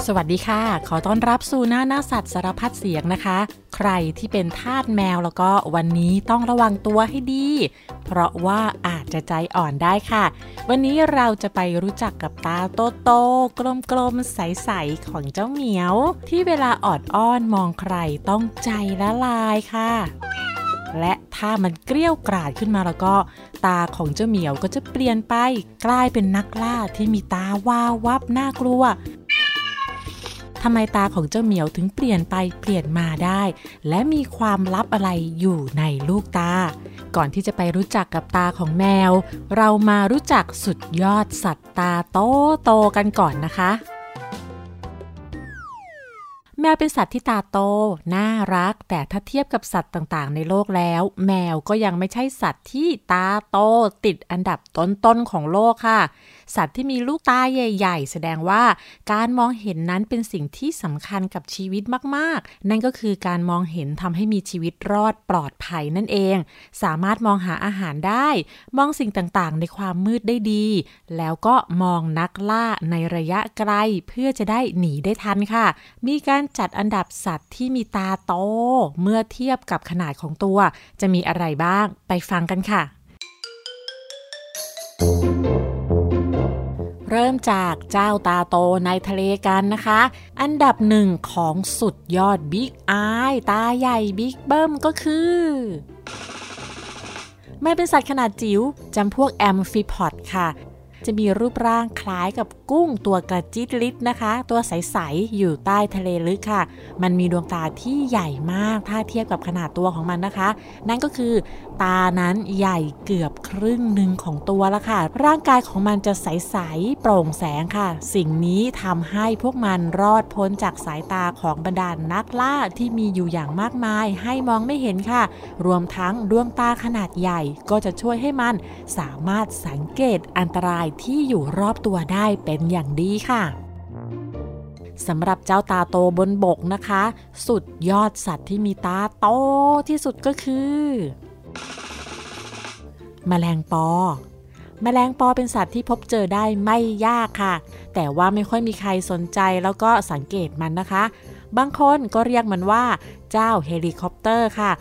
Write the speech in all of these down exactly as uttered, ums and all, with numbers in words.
สวัสดีค่ะขอต้อนรับสู่หน้าหน้าสัตว์สารพัดเสียงนะคะใครที่เป็นทาสแมวแล้วก็วันนี้ต้องระวังตัวให้ดีเพราะว่าอาจจะใจอ่อนได้ค่ะวันนี้เราจะไปรู้จักกับตาโตๆกลมๆใสๆของเจ้าเหมียวที่เวลาออดอ้อนมองใครต้องใจละลายค่ะและถ้ามันเกรี้ยวกราดขึ้นมาแล้วก็ตาของเจ้าเหมียวก็จะเปลี่ยนไปกลายเป็นนักล่าที่มีตาวาววับน่ากลัวทำไมตาของเจ้าเหมียวถึงเปลี่ยนไปเปลี่ยนมาได้และมีความลับอะไรอยู่ในลูกตาก่อนที่จะไปรู้จักกับตาของแมวเรามารู้จักสุดยอดสัตว์ตาโตโตกันก่อนนะคะแมวเป็นสัตว์ที่ตาโตน่ารักแต่ถ้าเทียบกับสัตว์ต่างๆในโลกแล้วแมวก็ยังไม่ใช่สัตว์ที่ตาโตติดอันดับต้นๆของโลกค่ะสัตว์ที่มีลูกตาใหญ่ๆแสดงว่าการมองเห็นนั้นเป็นสิ่งที่สำคัญกับชีวิตมากๆนั่นก็คือการมองเห็นทำให้มีชีวิตรอดปลอดภัยนั่นเองสามารถมองหาอาหารได้มองสิ่งต่างๆในความมืดได้ดีแล้วก็มองนักล่าในระยะไกลเพื่อจะได้หนีได้ทันค่ะมีการจัดอันดับสัตว์ที่มีตาโตเมื่อเทียบกับขนาดของตัวจะมีอะไรบ้างไปฟังกันค่ะเริ่มจากเจ้าตาโตในทะเลกันนะคะอันดับหนึ่งของสุดยอดบิ๊กอายตาใหญ่บิ๊กเบิ้มก็คือไม่เป็นสัตว์ขนาดจิ๋วจำพวกแอมฟิพอดค่ะจะมีรูปร่างคล้ายกับกุ้งตัวกระจิตลิดนะคะตัวใสๆอยู่ใต้ทะเลลึกค่ะมันมีดวงตาที่ใหญ่มากถ้าเทียบกับขนาดตัวของมันนะคะนั่นก็คือตานั้นใหญ่เกือบครึ่งหนึ่งของตัวแล้วค่ะร่างกายของมันจะใสๆโปร่งแสงค่ะสิ่งนี้ทำให้พวกมันรอดพ้นจากสายตาของบรรดานักล่าที่มีอยู่อย่างมากมายให้มองไม่เห็นค่ะรวมทั้งดวงตาขนาดใหญ่ก็จะช่วยให้มันสามารถสังเกตอันตรายที่อยู่รอบตัวได้เป็นอย่างดีค่ะสำหรับเจ้าตาโตบนบกนะคะสุดยอดสัตว์ที่มีตาโตที่สุดก็คือแมลงปอแมลงปอเป็นสัตว์ที่พบเจอได้ไม่ยากค่ะแต่ว่าไม่ค่อยมีใครสนใจแล้วก็สังเกตมันนะคะบางคนก็เรียกมันว่าเจ้าเฮลิคอปเตอร์ค่ะ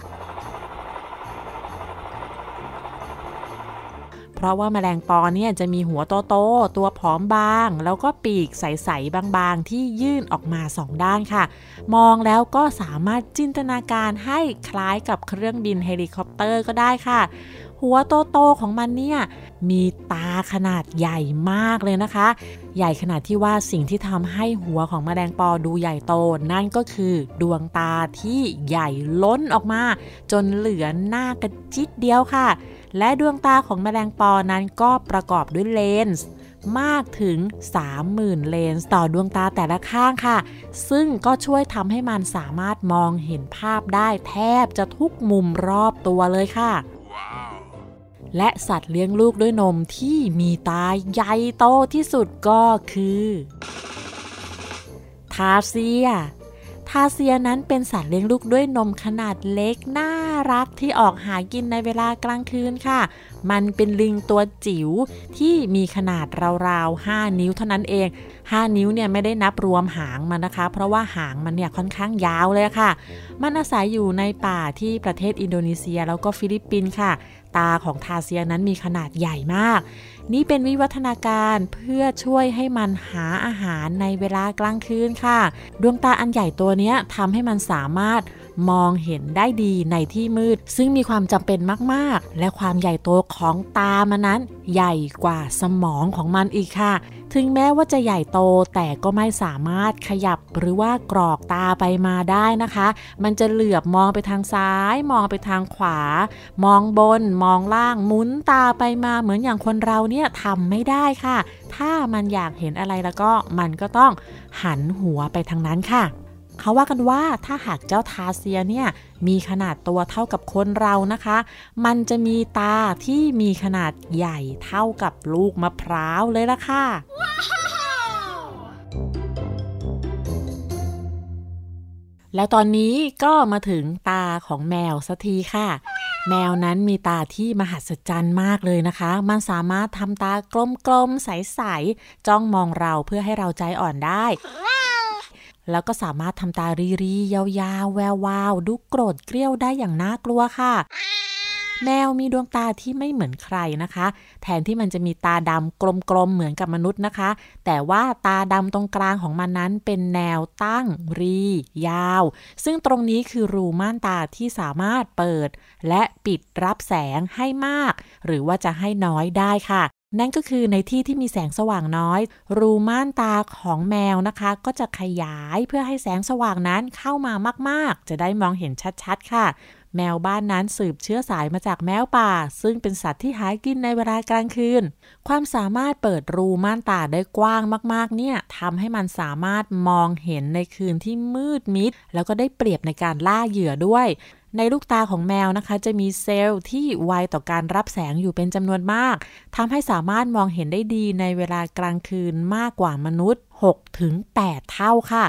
เพราะว่าแมลงปอเนี่ยจะมีหัวโตๆตัวผอมบางแล้วก็ปีกใสๆบางๆที่ยื่นออกมาสองด้านค่ะมองแล้วก็สามารถจินตนาการให้คล้ายกับเครื่องบินเฮลิคอปเตอร์ก็ได้ค่ะหัวโตๆของมันเนี่ยมีตาขนาดใหญ่มากเลยนะคะใหญ่ขนาดที่ว่าสิ่งที่ทำให้หัวของแมลงปอดูใหญ่โตนั่นก็คือดวงตาที่ใหญ่ล้นออกมาจนเหลือหน้ากระจิตเดียวค่ะและดวงตาของแมลงปอนั้นก็ประกอบด้วยเลนส์มากถึง สามหมื่น เลนส์ต่อดวงตาแต่ละข้างค่ะซึ่งก็ช่วยทำให้มันสามารถมองเห็นภาพได้แทบจะทุกมุมรอบตัวเลยค่ะ wow. และสัตว์เลี้ยงลูกด้วยนมที่มีตาใหญ่โตที่สุดก็คือทาเซียทาเซียนั้นเป็นสัตว์เลี้ยงลูกด้วยนมขนาดเล็กน่ารักที่ออกหากินในเวลากลางคืนค่ะมันเป็นลิงตัวจิ๋วที่มีขนาดราวๆห้านิ้วเท่านั้นเองห้านิ้วเนี่ยไม่ได้นับรวมหางมันนะคะเพราะว่าหางมันเนี่ยค่อนข้างยาวเลยค่ะมันอาศัยอยู่ในป่าที่ประเทศอินโดนีเซียแล้วก็ฟิลิปปินส์ค่ะตาของทาเซียนั้นมีขนาดใหญ่มากนี่เป็นวิวัฒนาการเพื่อช่วยให้มันหาอาหารในเวลากลางคืนค่ะดวงตาอันใหญ่ตัวนี้ทำให้มันสามารถมองเห็นได้ดีในที่มืดซึ่งมีความจำเป็นมากๆและความใหญ่โตของตามันนั้นใหญ่กว่าสมองของมันอีกค่ะถึงแม้ว่าจะใหญ่โตแต่ก็ไม่สามารถขยับหรือว่ากรอกตาไปมาได้นะคะมันจะเหลือบมองไปทางซ้ายมองไปทางขวามองบนมองล่างหมุนตาไปมาเหมือนอย่างคนเราเนี่ยทำไม่ได้ค่ะถ้ามันอยากเห็นอะไรแล้วก็มันก็ต้องหันหัวไปทางนั้นค่ะเขาว่ากันว่าถ้าหากเจ้าทาเซียเนี่ยมีขนาดตัวเท่ากับคนเรานะคะมันจะมีตาที่มีขนาดใหญ่เท่ากับลูกมะพร้าวเลยล่ะค่ะ wow! แล้วตอนนี้ก็มาถึงตาของแมวสักทีค่ะแมวนั้นมีตาที่มหัศจรรย์มากเลยนะคะมันสามารถทำตากลมๆใสๆจ้องมองเราเพื่อให้เราใจอ่อนได้แล้วก็สามารถทำตารีๆยาวๆแวววาวดูโกรธเกรี้ยวได้อย่างน่ากลัวค่ะแมวมีดวงตาที่ไม่เหมือนใครนะคะแทนที่มันจะมีตาดำกลมๆเหมือนกับมนุษย์นะคะแต่ว่าตาดำตรงกลางของมันนั้นเป็นแนวตั้งรียาวซึ่งตรงนี้คือรูม่านตาที่สามารถเปิดและปิดรับแสงให้มากหรือว่าจะให้น้อยได้ค่ะนั่นก็คือในที่ที่มีแสงสว่างน้อยรูม่านตาของแมวนะคะก็จะขยายเพื่อให้แสงสว่างนั้นเข้ามามากๆจะได้มองเห็นชัดๆค่ะแมวบ้านนั้นสืบเชื้อสายมาจากแมวป่าซึ่งเป็นสัตว์ที่หากินในเวลากลางคืนความสามารถเปิดรูม่านตาได้กว้างมากๆเนี่ยทำให้มันสามารถมองเห็นในคืนที่มืดมิดแล้วก็ได้เปรียบในการล่าเหยื่อด้วยในลูกตาของแมวนะคะจะมีเซลล์ที่ไวต่อการรับแสงอยู่เป็นจำนวนมากทำให้สามารถมองเห็นได้ดีในเวลากลางคืนมากกว่ามนุษย์ หกถึงแปด เท่าค่ะ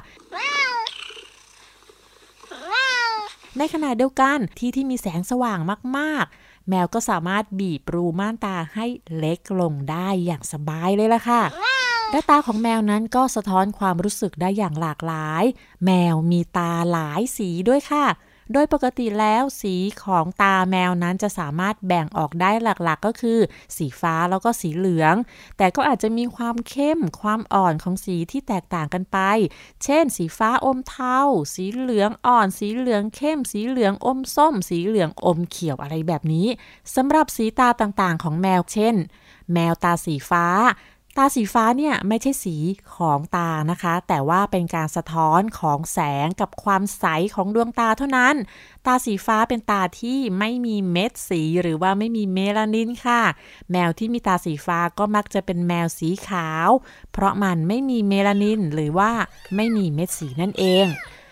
ในขณะเดียวกันที่ที่มีแสงสว่างมากๆแมวก็สามารถบีบรูม่านตาให้เล็กลงได้อย่างสบายเลยล่ะค่ะและตาของแมวนั้นก็สะท้อนความรู้สึกได้อย่างหลากหลายแมวมีตาหลายสีด้วยค่ะโดยปกติแล้วสีของตาแมวนั้นจะสามารถแบ่งออกได้หลักๆก็คือสีฟ้าแล้วก็สีเหลืองแต่ก็อาจจะมีความเข้มความอ่อนของสีที่แตกต่างกันไปเช่นสีฟ้าอมเทาสีเหลืองอ่อนสีเหลืองเข้มสีเหลืองอมส้มสีเหลืองอมเขียวอะไรแบบนี้สำหรับสีตาต่างๆของแมวเช่นแมวตาสีฟ้าตาสีฟ้าเนี่ยไม่ใช่สีของตานะคะแต่ว่าเป็นการสะท้อนของแสงกับความใสของดวงตาเท่านั้นตาสีฟ้าเป็นตาที่ไม่มีเม็ดสีหรือว่าไม่มีเมลานินค่ะแมวที่มีตาสีฟ้าก็มักจะเป็นแมวสีขาวเพราะมันไม่มีเมลานินหรือว่าไม่มีเม็ดสีนั่นเอง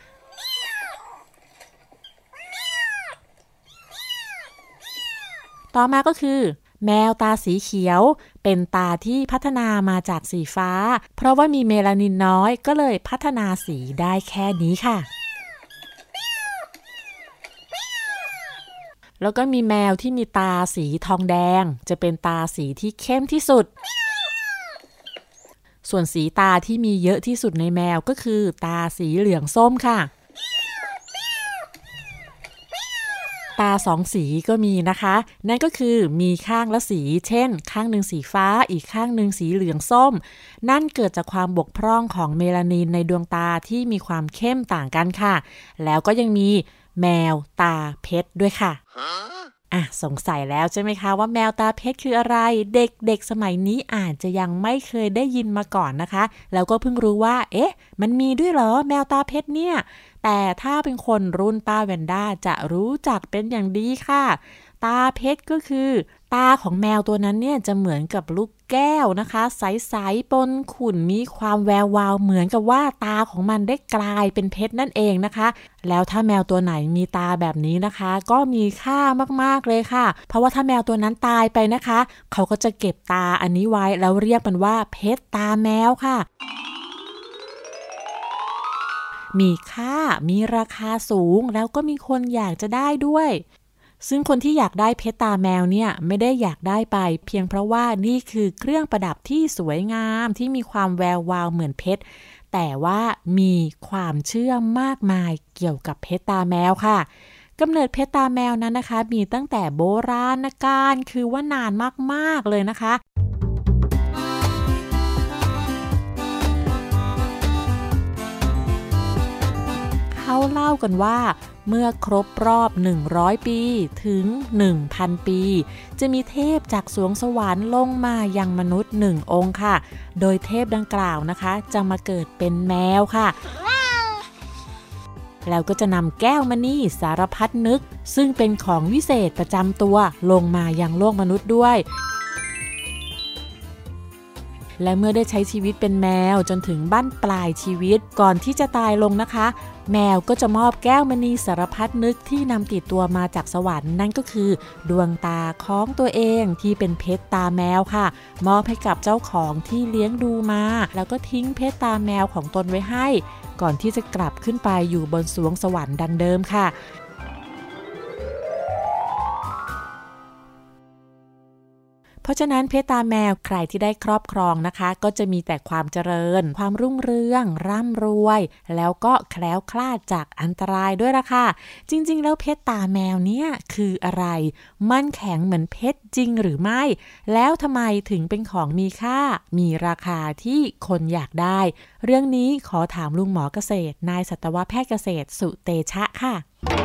ต่อมาก็คือแมวตาสีเขียวเป็นตาที่พัฒนามาจากสีฟ้าเพราะว่ามีเมลานินน้อยก็เลยพัฒนาสีได้แค่นี้ค่ะแล้วก็มีแมวที่มีตาสีทองแดงจะเป็นตาสีที่เข้มที่สุดส่วนสีตาที่มีเยอะที่สุดในแมวก็คือตาสีเหลืองส้มค่ะตาสองสีก็มีนะคะนั่นก็คือมีข้างละสีเช่นข้างหนึ่งสีฟ้าอีกข้างหนึ่งสีเหลืองส้มนั่นเกิดจากความบกพร่องของเมลานินในดวงตาที่มีความเข้มต่างกันค่ะแล้วก็ยังมีแมวตาเพชรด้วยค่ะอ่ะสงสัยแล้วใช่ไหมคะว่าแมวตาเพชรคืออะไรเด็กๆสมัยนี้อาจจะยังไม่เคยได้ยินมาก่อนนะคะแล้วก็เพิ่งรู้ว่าเอ๊ะมันมีด้วยเหรอแมวตาเพชรเนี่ยแต่ถ้าเป็นคนรุ่นป้าแวนด้าจะรู้จักเป็นอย่างดีค่ะตาเพชรก็คือตาของแมวตัวนั้นเนี่ยจะเหมือนกับลูกแก้วนะคะใสๆปนขุ่นมีความแวววาวเหมือนกับว่าตาของมันได้กลายเป็นเพชรนั่นเองนะคะแล้วถ้าแมวตัวไหนมีตาแบบนี้นะคะก็มีค่ามากๆเลยค่ะเพราะว่าถ้าแมวตัวนั้นตายไปนะคะเขาก็จะเก็บตาอันนี้ไว้แล้วเรียกมันว่าเพชรตาแมวค่ะมีค่ามีราคาสูงแล้วก็มีคนอยากจะได้ด้วยซึ่งคนที่อยากได้เพชรตาแมวเนี่ยไม่ได้อยากได้ไปเพียงเพราะว่านี่คือเครื่องประดับที่สวยงามที่มีความแวววาวเหมือนเพชรแต่ว่ามีความเชื่อมากมายเกี่ยวกับเพชรตาแมวค่ะกำเนิดเพชรตาแมวนั้นนะคะมีตั้งแต่โบราณกาลคือว่านานมากๆเลยนะคะเขาเล่ากันว่าเมื่อครบรอบหนึ่งร้อยปีถึง หนึ่งพัน ปีจะมีเทพจากสวงสวรรค์ลงมายังมนุษย์หนึ่งองค์ค่ะโดยเทพดังกล่าวนะคะจะมาเกิดเป็นแมวค่ะ แล้วก็จะนำแก้วมณีสารพัดนึกซึ่งเป็นของวิเศษประจำตัวลงมายังโลกมนุษย์ด้วยและเมื่อได้ใช้ชีวิตเป็นแมวจนถึงบั้นปลายชีวิตก่อนที่จะตายลงนะคะแมวก็จะมอบแก้วมณีสารพัดนึกที่นำติดตัวมาจากสวรรค์นั่นก็คือดวงตาของตัวเองที่เป็นเพชรตาแมวค่ะมอบให้กับเจ้าของที่เลี้ยงดูมาแล้วก็ทิ้งเพชรตาแมวของตนไว้ให้ก่อนที่จะกลับขึ้นไปอยู่บนสวงสวรรค์ดังเดิมค่ะเพราะฉะนั้นเพชรตาแมวใครที่ได้ครอบครองนะคะก็จะมีแต่ความเจริญความรุ่งเรืองร่ำรวยแล้วก็แคล้วคลาดจากอันตรายด้วยล่ะค่ะจริงๆแล้วเพชรตาแมวเนี่ยคืออะไรมันแข็งเหมือนเพชรจริงหรือไม่แล้วทำไมถึงเป็นของมีค่ามีราคาที่คนอยากได้เรื่องนี้ขอถามลุงหมอเกษตรนายสัตวแพทย์เกษตรสุเตชะค่ะ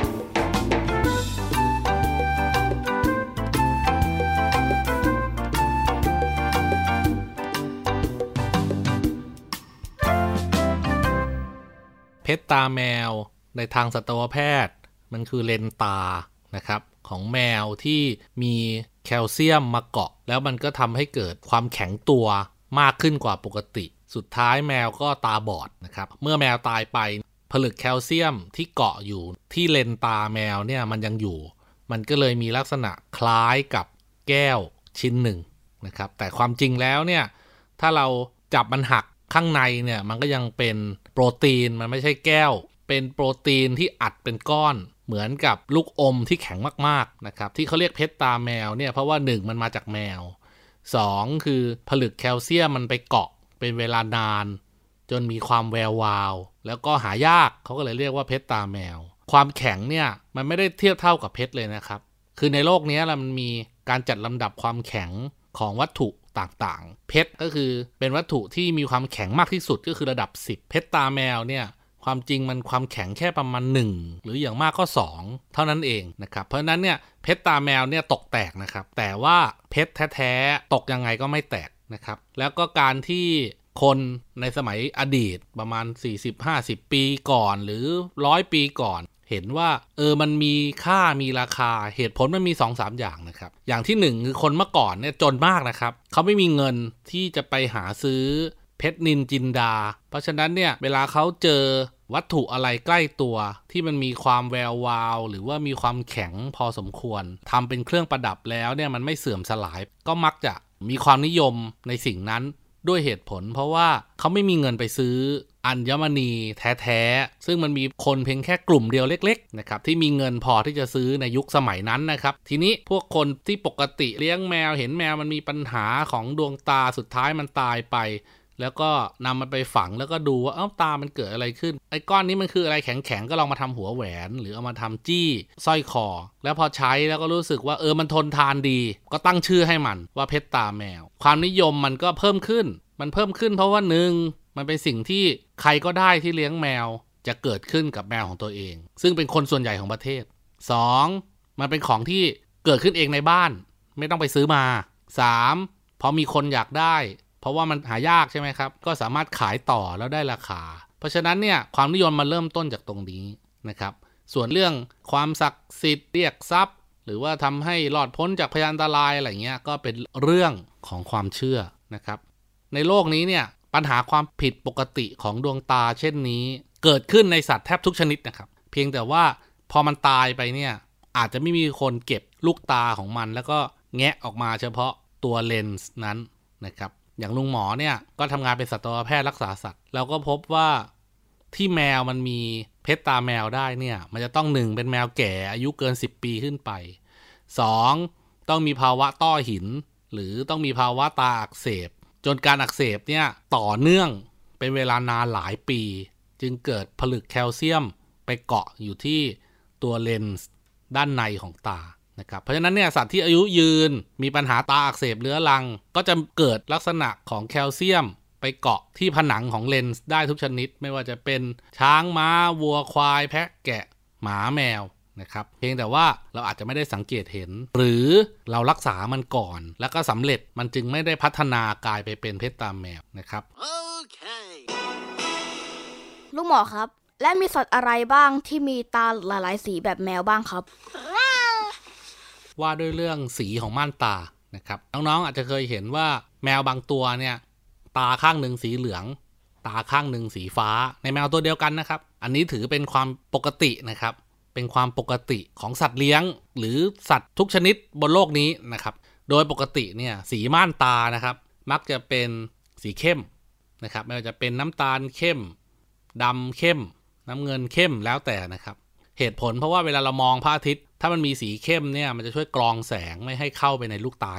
เพชรตาแมวในทางสัตวแพทย์มันคือเลนตานะครับของแมวที่มีแคลเซียมมาเกาะแล้วมันก็ทำให้เกิดความแข็งตัวมากขึ้นกว่าปกติสุดท้ายแมวก็ตาบอดนะครับเมื่อแมวตายไปผลึกแคลเซียมที่เกาะอยู่ที่เลนตาแมวเนี่ยมันยังอยู่มันก็เลยมีลักษณะคล้ายกับแก้วชิ้นหนึ่งนะครับแต่ความจริงแล้วเนี่ยถ้าเราจับมันหักข้างในเนี่ยมันก็ยังเป็นโปรตีนมันไม่ใช่แก้วเป็นโปรตีนที่อัดเป็นก้อนเหมือนกับลูกอมที่แข็งมากๆนะครับที่เขาเรียกเพชรตาแมวเนี่ยเพราะว่าหนึ่งมันมาจากแมวสองคือผลึกแคลเซียมมันไปเกาะเป็นเวลานานจนมีความแวววาวแล้วก็หายากเขาก็เลยเรียกว่าเพชรตาแมวความแข็งเนี่ยมันไม่ได้เทียบเท่ากับเพชรเลยนะครับคือในโลกนี้มันมีการจัดลำดับความแข็งของวัตถุต่างๆเพชรก็คือเป็นวัตถุที่มีความแข็งมากที่สุดก็คือระดับสิบเพชรตาแมวเนี่ยความจริงมันความแข็งแค่ประมาณหนึ่งหรืออย่างมากก็สองเท่านั้นเองนะครับเพราะฉะนั้นเนี่ยเพชรตาแมวเนี่ยตกแตกนะครับแต่ว่าเพชรแท้ๆตกยังไงก็ไม่แตกนะครับแล้วก็การที่คนในสมัยอดีตประมาณ สี่สิบถึงห้าสิบ ปีก่อนหรือหนึ่งร้อยปีก่อนเห็นว่าเออมันมีค่ามีราคาเหตุผลมันมี สองถึงสาม อย่างนะครับอย่างที่หนึ่งคือคนเมื่อก่อนเนี่ยจนมากนะครับเขาไม่มีเงินที่จะไปหาซื้อเพชรนินจินดาเพราะฉะนั้นเนี่ยเวลาเขาเจอวัตถุอะไรใกล้ตัวที่มันมีความแวววาวหรือว่ามีความแข็งพอสมควรทำเป็นเครื่องประดับแล้วเนี่ยมันไม่เสื่อมสลายก็มักจะมีความนิยมในสิ่งนั้นด้วยเหตุผลเพราะว่าเขาไม่มีเงินไปซื้ออัญมณีแท้ๆซึ่งมันมีคนเพียงแค่กลุ่มเดียวเล็กๆนะครับที่มีเงินพอที่จะซื้อในยุคสมัยนั้นนะครับทีนี้พวกคนที่ปกติเลี้ยงแมวเห็นแมวมันมีปัญหาของดวงตาสุดท้ายมันตายไปแล้วก็นำมันไปฝังแล้วก็ดูว่าเอ้าตามันเกิดอะไรขึ้นไอ้ก้อนนี้มันคืออะไรแข็งๆก็ลองมาทำหัวแหวนหรือเอามาทำจี้สร้อยคอแล้วพอใช้แล้วก็รู้สึกว่าเออมันทนทานดีก็ตั้งชื่อให้มันว่าเพชรตาแมวความนิยมมันก็เพิ่มขึ้นมันเพิ่มขึ้นเพราะว่าหนึ่งมันเป็นสิ่งที่ใครก็ได้ที่เลี้ยงแมวจะเกิดขึ้นกับแมวของตัวเองซึ่งเป็นคนส่วนใหญ่ของประเทศสองมันเป็นของที่เกิดขึ้นเองในบ้านไม่ต้องไปซื้อมาสามพอมีคนอยากได้เพราะว่ามันหายากใช่ไหมครับก็สามารถขายต่อแล้วได้ราคาเพราะฉะนั้นเนี่ยความนิยมมันเริ่มต้นจากตรงนี้นะครับส่วนเรื่องความศักดิ์สิทธิ์เรียกทรัพย์หรือว่าทำให้หลอดพ้นจากพยานอันตรายอะไรเงี้ยก็เป็นเรื่องของความเชื่อนะครับในโลกนี้เนี่ยปัญหาความผิดปกติของดวงตาเช่นนี้เกิดขึ้นในสัตว์แทบทุกชนิดนะครับเพียงแต่ว่าพอมันตายไปเนี่ยอาจจะไม่มีคนเก็บลูกตาของมันแล้วก็แงะออกมาเฉพาะตัวเลนส์นั้นนะครับอย่างลุงหมอเนี่ยก็ทำงานเป็นสัตวแพทย์รักษาสัตว์เราก็พบว่าที่แมวมันมีเพชรตาแมวได้เนี่ยมันจะต้องหนึ่งเป็นแมวแก่อายุเกินสิบปีขึ้นไปสองต้องมีภาวะต้อหินหรือต้องมีภาวะตาอักเสบจนการอักเสบเนี่ยต่อเนื่องเป็นเวลานานหลายปีจึงเกิดผลึกแคลเซียมไปเกาะอยู่ที่ตัวเลนส์ด้านในของตานะครับเพราะฉะนั้นเนี่ยสัตว์ที่อายุยืนมีปัญหาตาอักเสบเรื้อรังก็จะเกิดลักษณะของแคลเซียมไปเกาะที่ผนังของเลนส์ได้ทุกชนิดไม่ว่าจะเป็นช้างม้าวัวควายแพะแกะหมาแมวนะครับเพียงแต่ว่าเราอาจจะไม่ได้สังเกตเห็นหรือเรารักษามันก่อนแล้วก็สำเร็จมันจึงไม่ได้พัฒนากลายไปเป็นเพชรตาแมวนะครับ okay. ลูกหมอครับและมีสัตว์อะไรบ้างที่มีตาหลายๆสีแบบแมวบ้างครับว่าด้วยเรื่องสีของม่านตานะครับน้องๆอาจจะเคยเห็นว่าแมวบางตัวเนี่ยตาข้างหนึ่งสีเหลืองตาข้างหนึ่งสีฟ้าในแมวตัวเดียวกันนะครับอันนี้ถือเป็นความปกตินะครับเป็นความปกติของสัตว์เลี้ยงหรือสัตว์ทุกชนิดบนโลกนี้นะครับโดยปกติเนี่ยสีม่านตานะครับมักจะเป็นสีเข้มนะครับไม่ว่าจะเป็นน้ำตาลเข้มดำเข้มน้ำเงินเข้มแล้วแต่นะครับเหตุผลเพราะว่าเวลาเรามองพระอาทิตย์ถ้ามันมีสีเข้มเนี่ยมันจะช่วยกรองแสงไม่ให้เข้าไปในลูกตาเยอะ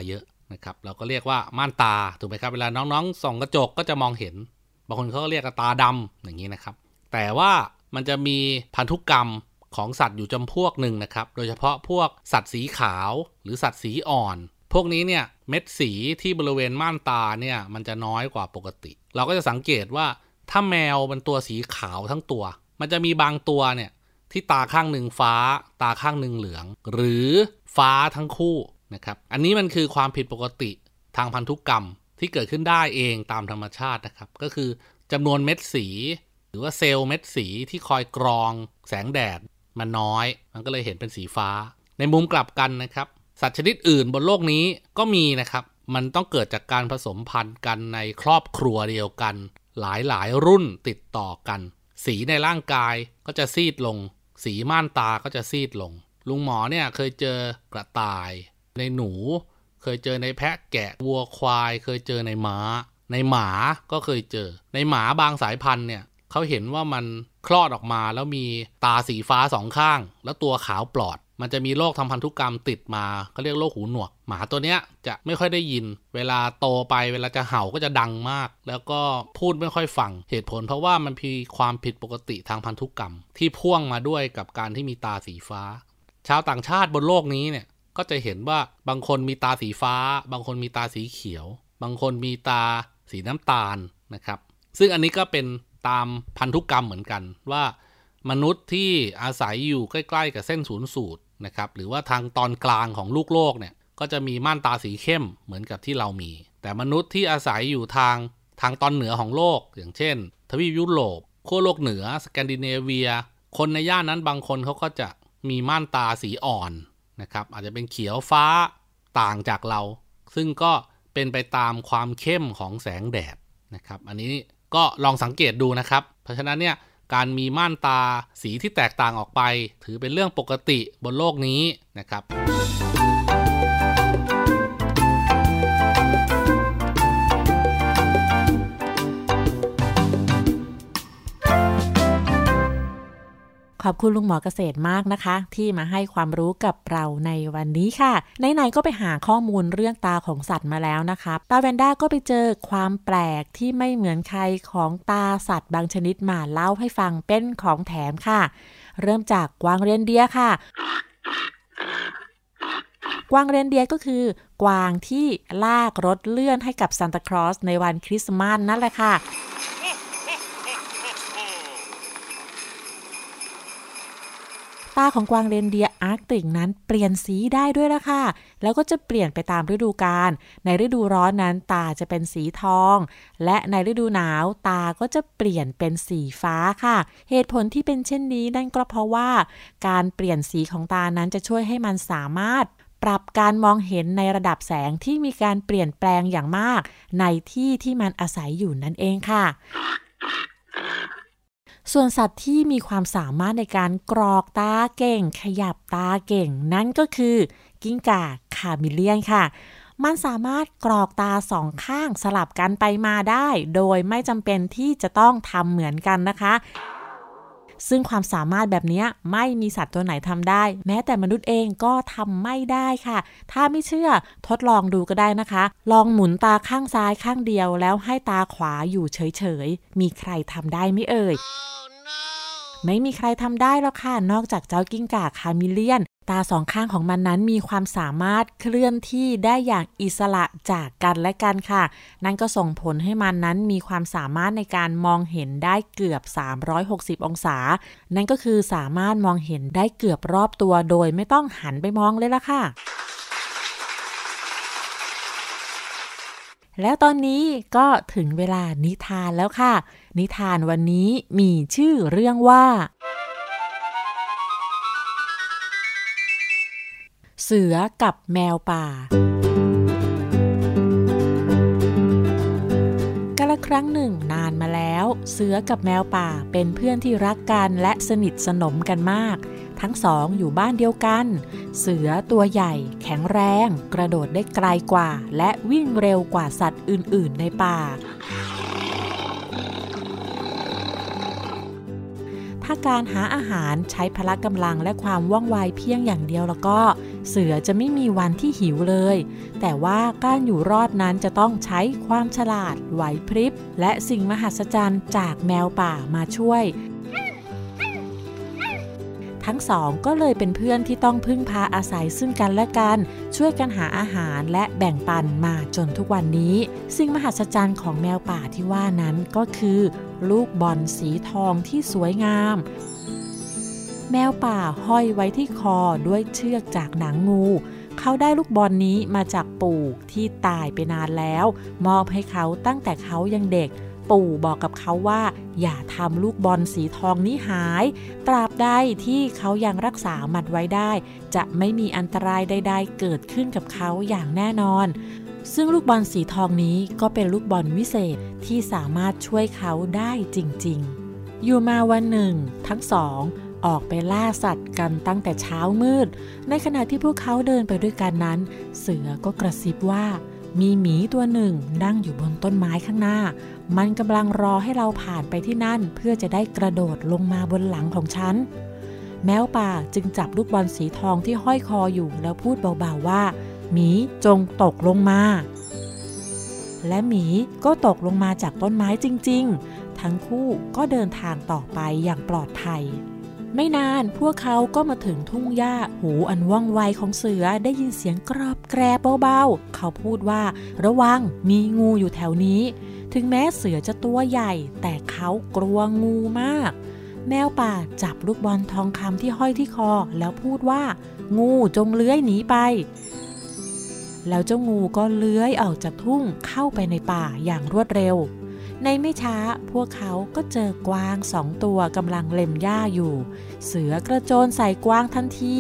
นะครับเราก็เรียกว่าม่านตาถูกไหมครับเวลาน้องๆส่องกระจกก็จะมองเห็นบางคนเขาก็เรียกตาดำอย่างนี้นะครับแต่ว่ามันจะมีพันธุกรรมของสัตว์อยู่จำพวกหนึ่งนะครับโดยเฉพาะพวกสัตว์สีขาวหรือสัตว์สีอ่อนพวกนี้เนี่ยเม็ดสีที่บริเวณม่านตาเนี่ยมันจะน้อยกว่าปกติเราก็จะสังเกตว่าถ้าแมวมันตัวสีขาวทั้งตัวมันจะมีบางตัวเนี่ยที่ตาข้างหนึ่งฟ้าตาข้างหนึ่งเหลืองหรือฟ้าทั้งคู่นะครับอันนี้มันคือความผิดปกติทางพันธุกรรมที่เกิดขึ้นได้เองตามธรรมชาตินะครับก็คือจำนวนเม็ดสีหรือว่าเซลล์เม็ดสีที่คอยกรองแสงแดดมันน้อยมันก็เลยเห็นเป็นสีฟ้าในมุมกลับกันนะครับสัตว์ชนิดอื่นบนโลกนี้ก็มีนะครับมันต้องเกิดจากการผสมพันธุ์กันในครอบครัวเดียวกันหลายๆรุ่นติดต่อกันสีในร่างกายก็จะซีดลงสีม่านตาก็จะซีดลงลุงหมอเนี่ยเคยเจอกระต่ายในหนูเคยเจอในแพะแกะวัวควายเคยเจอในม้าในหมาก็เคยเจอในหมาบางสายพันธุ์เนี่ยเขาเห็นว่ามันคลอดออกมาแล้วมีตาสีฟ้าสองข้างแล้วตัวขาวปลอดมันจะมีโรคทางพันธุกรรมติดมาเขาเรียกโรคหูหนวกหมาตัวเนี้ยจะไม่ค่อยได้ยินเวลาโตไปเวลาจะเห่าก็จะดังมากแล้วก็พูดไม่ค่อยฟังเหตุผลเพราะว่ามันมีความผิดปกติทางพันธุกรรมที่พ่วงมาด้วยกับการที่มีตาสีฟ้าชาวต่างชาติบนโลกนี้เนี่ยก็จะเห็นว่าบางคนมีตาสีฟ้าบางคนมีตาสีเขียวบางคนมีตาสีน้ำตาลนะครับซึ่งอันนี้ก็เป็นตามพันธุกรรมเหมือนกันว่ามนุษย์ที่อาศัยอยู่ใกล้ๆกับเส้นศูนย์สูตรนะครับหรือว่าทางตอนกลางของลูกโลกเนี่ยก็จะมีม่านตาสีเข้มเหมือนกับที่เรามีแต่มนุษย์ที่อาศัยอยู่ทางทางตอนเหนือของโลกอย่างเช่นทวีปยุโรปขั้วโลกเหนือสแกนดิเนเวียคนในย่านนั้นบางคนเขาก็จะมีม่านตาสีอ่อนนะครับอาจจะเป็นเขียวฟ้าต่างจากเราซึ่งก็เป็นไปตามความเข้มของแสงแดดนะครับอันนี้ก็ลองสังเกตดูนะครับเพราะฉะนั้นเนี่ยการมีม่านตาสีที่แตกต่างออกไปถือเป็นเรื่องปกติบนโลกนี้นะครับขอบคุณลุงหมอเกษตรมากนะคะที่มาให้ความรู้กับเราในวันนี้ค่ะไหนๆก็ไปหาข้อมูลเรื่องตาของสัตว์มาแล้วนะคะป้าแวนด้าก็ไปเจอความแปลกที่ไม่เหมือนใครของตาสัตว์บางชนิดมาเล่าให้ฟังเป็นของแถมค่ะเริ่มจากกวางเรนเดียร์ค่ะกวางเรนเดียร์ก็คือกวางที่ลากรถเลื่อนให้กับซานตาคลอสในวันคริสต์มาสนั่นแหละค่ะตาของกวางเรนเดียร์อาร์กติกนั้นเปลี่ยนสีได้ด้วยละค่ะแล้วก็จะเปลี่ยนไปตามฤดูกาลในฤดูร้อนนั้นตาจะเป็นสีทองและในฤดูหนาวตาก็จะเปลี่ยนเป็นสีฟ้าค่ะเหตุผลที่เป็นเช่นนี้นั่นก็เพราะว่าการเปลี่ยนสีของตานั้นจะช่วยให้มันสามารถปรับการมองเห็นในระดับแสงที่มีการเปลี่ยนแปลงอย่างมากในที่ที่มันอาศัยอยู่นั่นเองค่ะส่วนสัตว์ที่มีความสามารถในการกรอกตาเก่งขยับตาเก่งนั่นก็คือกิ้งก่าคามิเลียนค่ะมันสามารถกรอกตาสองข้างสลับกันไปมาได้โดยไม่จำเป็นที่จะต้องทำเหมือนกันนะคะซึ่งความสามารถแบบนี้ไม่มีสัตว์ตัวไหนทำได้แม้แต่มนุษย์เองก็ทำไม่ได้ค่ะถ้าไม่เชื่อทดลองดูก็ได้นะคะลองหมุนตาข้างซ้ายข้างเดียวแล้วให้ตาขวาอยู่เฉยๆมีใครทำได้ไหมเอ่ยไม่มีใครทำได้หรอกค่ะนอกจากเจ้ากิ้งก่าคามิเลียนตาสองข้างของมันนั้นมีความสามารถเคลื่อนที่ได้อย่างอิสระจากกันและกันค่ะนั่นก็ส่งผลให้มันนั้นมีความสามารถในการมองเห็นได้เกือบสามร้อยหกสิบองศานั่นก็คือสามารถมองเห็นได้เกือบรอบตัวโดยไม่ต้องหันไปมองเลยล่ะค่ะแล้วตอนนี้ก็ถึงเวลานิทานแล้วค่ะนิทานวันนี้มีชื่อเรื่องว่าเสือกับแมวป่ากาลครั้งหนึ่งนานมาแล้วเสือกับแมวป่าเป็นเพื่อนที่รักกันและสนิทสนมกันมากทั้งสองอยู่บ้านเดียวกันเสือตัวใหญ่แข็งแรงกระโดดได้ไกลกว่าและวิ่งเร็วกว่าสัตว์อื่นๆในป่าถ้าการหาอาหารใช้พละกำลังและความว่องไวเพียงอย่างเดียวแล้วก็เสือจะไม่มีวันที่หิวเลยแต่ว่าการอยู่รอดนั้นจะต้องใช้ความฉลาดไหวพริบและสิ่งมหัศจรรย์จากแมวป่ามาช่วยทั้งสองก็เลยเป็นเพื่อนที่ต้องพึ่งพาอาศัยซึ่งกันและกันช่วยกันหาอาหารและแบ่งปันมาจนทุกวันนี้สิ่งมหัศจรรย์ของแมวป่าที่ว่านั้นก็คือลูกบอลสีทองที่สวยงามแมวป่าห้อยไว้ที่คอด้วยเชือกจากหนังงูเขาได้ลูกบอลนี้มาจากปู่ที่ตายไปนานแล้วมอบให้เขาตั้งแต่เขายังเด็กปู่บอกกับเขาว่าอย่าทำลูกบอลสีทองนี้หายตราบใดที่เขายังรักษามันไว้ได้จะไม่มีอันตรายใดๆเกิดขึ้นกับเขาอย่างแน่นอนซึ่งลูกบอลสีทองนี้ก็เป็นลูกบอลวิเศษที่สามารถช่วยเขาได้จริงๆอยู่มาวันหนึ่งทั้งสองออกไปล่าสัตว์กันตั้งแต่เช้ามืดในขณะที่พวกเขาเดินไปด้วยกันนั้นเสือก็กระซิบว่ามีหมีตัวหนึ่งนั่งอยู่บนต้นไม้ข้างหน้ามันกำลังรอให้เราผ่านไปที่นั่นเพื่อจะได้กระโดดลงมาบนหลังของฉันแมวป่าจึงจับลูกบอลสีทองที่ห้อยคออยู่แล้วพูดเบาๆว่าหมีจงตกลงมาและหมีก็ตกลงมาจากต้นไม้จริงๆทั้งคู่ก็เดินทางต่อไปอย่างปลอดภัยไม่นานพวกเขาก็มาถึงทุ่งหญ้าหูอันว่องไวของเสือได้ยินเสียงกรอบแกรเบาๆเขาพูดว่าระวังมีงูอยู่แถวนี้ถึงแม้เสือจะตัวใหญ่แต่เขากลัวงูมากแมวป่าจับลูกบอลทองคำที่ห้อยที่คอแล้วพูดว่างูจงเลื้อยหนีไปแล้วเจ้างูก็เลื้อยออกจากทุ่งเข้าไปในป่าอย่างรวดเร็วในไม่ช้าพวกเขาก็เจอกวางสองตัวกำลังเล็มหญ้าอยู่เสือกระโจนใส่กวางทันที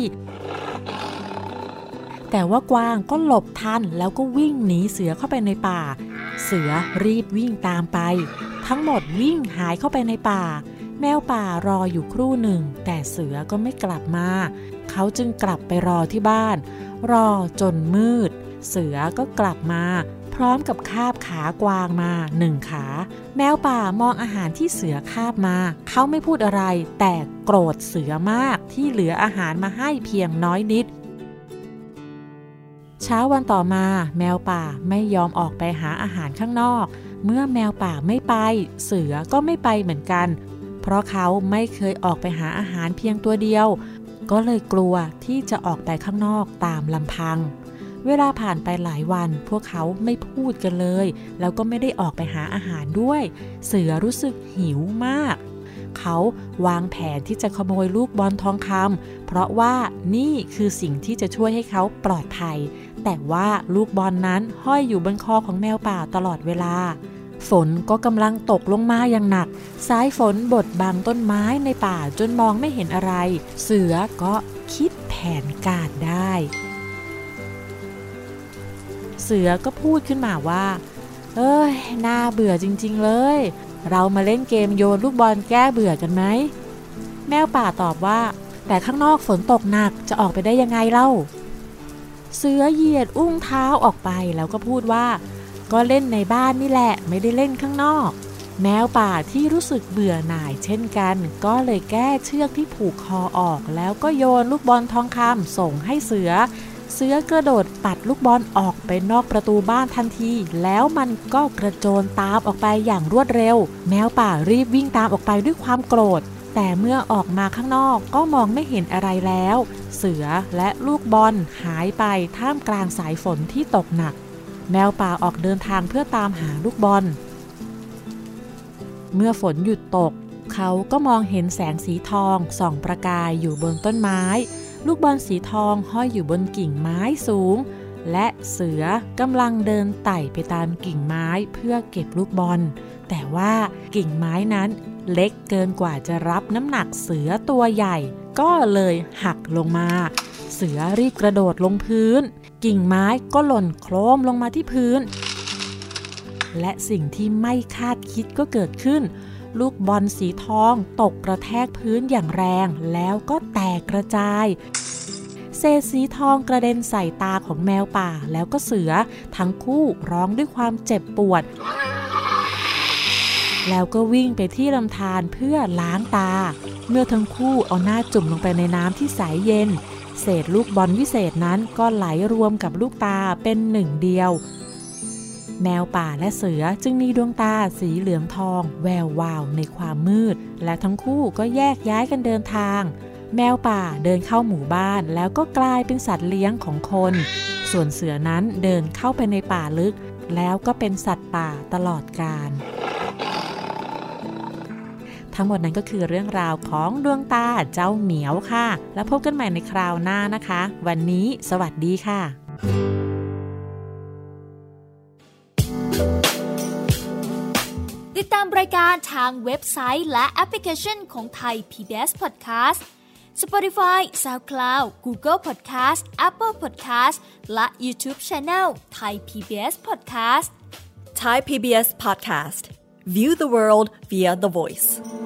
แต่ว่ากวางก็หลบทันแล้วก็วิ่งหนีเสือเข้าไปในป่าเสือรีบวิ่งตามไปทั้งหมดวิ่งหายเข้าไปในป่าแมวป่ารออยู่ครู่หนึ่งแต่เสือก็ไม่กลับมาเขาจึงกลับไปรอที่บ้านรอจนมืดเสือก็กลับมาพร้อมกับคาบขากวางมาหนึ่งขาแมวป่ามองอาหารที่เสือคาบมาเขาไม่พูดอะไรแต่โกรธเสือมากที่เหลืออาหารมาให้เพียงน้อยนิดเช้าวันต่อมาแมวป่าไม่ยอมออกไปหาอาหารข้างนอกเมื่อแมวป่าไม่ไปเสือก็ไม่ไปเหมือนกันเพราะเขาไม่เคยออกไปหาอาหารเพียงตัวเดียวก็เลยกลัวที่จะออกไปข้างนอกตามลำพังเวลาผ่านไปหลายวันพวกเขาไม่พูดกันเลยแล้วก็ไม่ได้ออกไปหาอาหารด้วยเสือรู้สึกหิวมากเขาวางแผนที่จะขโมยลูกบอลทองคำเพราะว่านี่คือสิ่งที่จะช่วยให้เขาปลอดภัยแต่ว่าลูกบอลนั้นห้อยอยู่บนคอของแมวป่าตลอดเวลาฝนก็กำลังตกลงมาอย่างหนักสายฝนบดบังต้นไม้ในป่าจนมองไม่เห็นอะไรเสือก็คิดแผนการได้เสือก็พูดขึ้นมาว่าเอ้ยน่าเบื่อจริงๆเลยเรามาเล่นเกมโยนลูกบอลแก้เบื่อกันไหมแมวป่าตอบว่าแต่ข้างนอกฝนตกหนักจะออกไปได้ยังไงเล่าเสือเหยียดอุ้งเท้าออกไปแล้วก็พูดว่าก็เล่นในบ้านนี่แหละไม่ได้เล่นข้างนอกแมวป่าที่รู้สึกเบื่อหน่ายเช่นกันก็เลยแก้เชือกที่ผูกคอออกแล้วก็โยนลูกบอลทองคำส่งให้เสือเสือกระโดดปัดลูกบอลออกไปนอกประตูบ้านทันทีแล้วมันก็กระโจนตามออกไปอย่างรวดเร็วแมวป่ารีบวิ่งตามออกไปด้วยความโกรธแต่เมื่อออกมาข้างนอกก็มองไม่เห็นอะไรแล้วเสือและลูกบอลหายไปท่ามกลางสายฝนที่ตกหนักแมวป่าออกเดินทางเพื่อตามหาลูกบอลเมื่อฝนหยุดตกเขาก็มองเห็นแสงสีทองส่องประกายอยู่บนต้นไม้ลูกบอลสีทองห้อยอยู่บนกิ่งไม้สูงและเสือกำลังเดินไต่ไปตามกิ่งไม้เพื่อเก็บลูกบอลแต่ว่ากิ่งไม้นั้นเล็กเกินกว่าจะรับน้ำหนักเสือตัวใหญ่ก็เลยหักลงมาเสือรีบกระโดดลงพื้นกิ่งไม้ก็หล่นโครมลงมาที่พื้นและสิ่งที่ไม่คาดคิดก็เกิดขึ้นลูกบอลสีทองตกกระแทกพื้นอย่างแรงแล้วก็แตกกระจายเศษสีทองกระเด็นใส่ตาของแมวป่าแล้วก็เสือทั้งคู่ร้องด้วยความเจ็บปวดแล้วก็วิ่งไปที่ลำธารเพื่อล้างตาเมื่อทั้งคู่เอาหน้าจุ่มลงไปในน้ำที่ใสเย็นแสศษลูกบอลวิเศษนั้นก็ไหลรวมกับลูกตาเป็นหนึ่งเดียวแมวป่าและเสือจึงมีดวงตาสีเหลืองทองแวววาวในความมืดและทั้งคู่ก็แยกย้ายกันเดินทางแมวป่าเดินเข้าหมู่บ้านแล้วก็กลายเป็นสัตว์เลี้ยงของคนส่วนเสือนั้นเดินเข้าไปในป่าลึกแล้วก็เป็นสัตว์ป่าตลอดกาลทั้งหมดนั้นก็คือเรื่องราวของดวงตาเจ้าเหมียวค่ะแล้วพบกันใหม่ในคราวหน้านะคะวันนี้สวัสดีค่ะติดตามรายการทางเว็บไซต์และแอปพลิเคชันของไทย พี บี เอส Podcast Spotify, SoundCloud, Google Podcast, Apple Podcast และ YouTube Channel Thai พี บี เอส Podcast Thai พี บี เอส Podcast View the world via the voice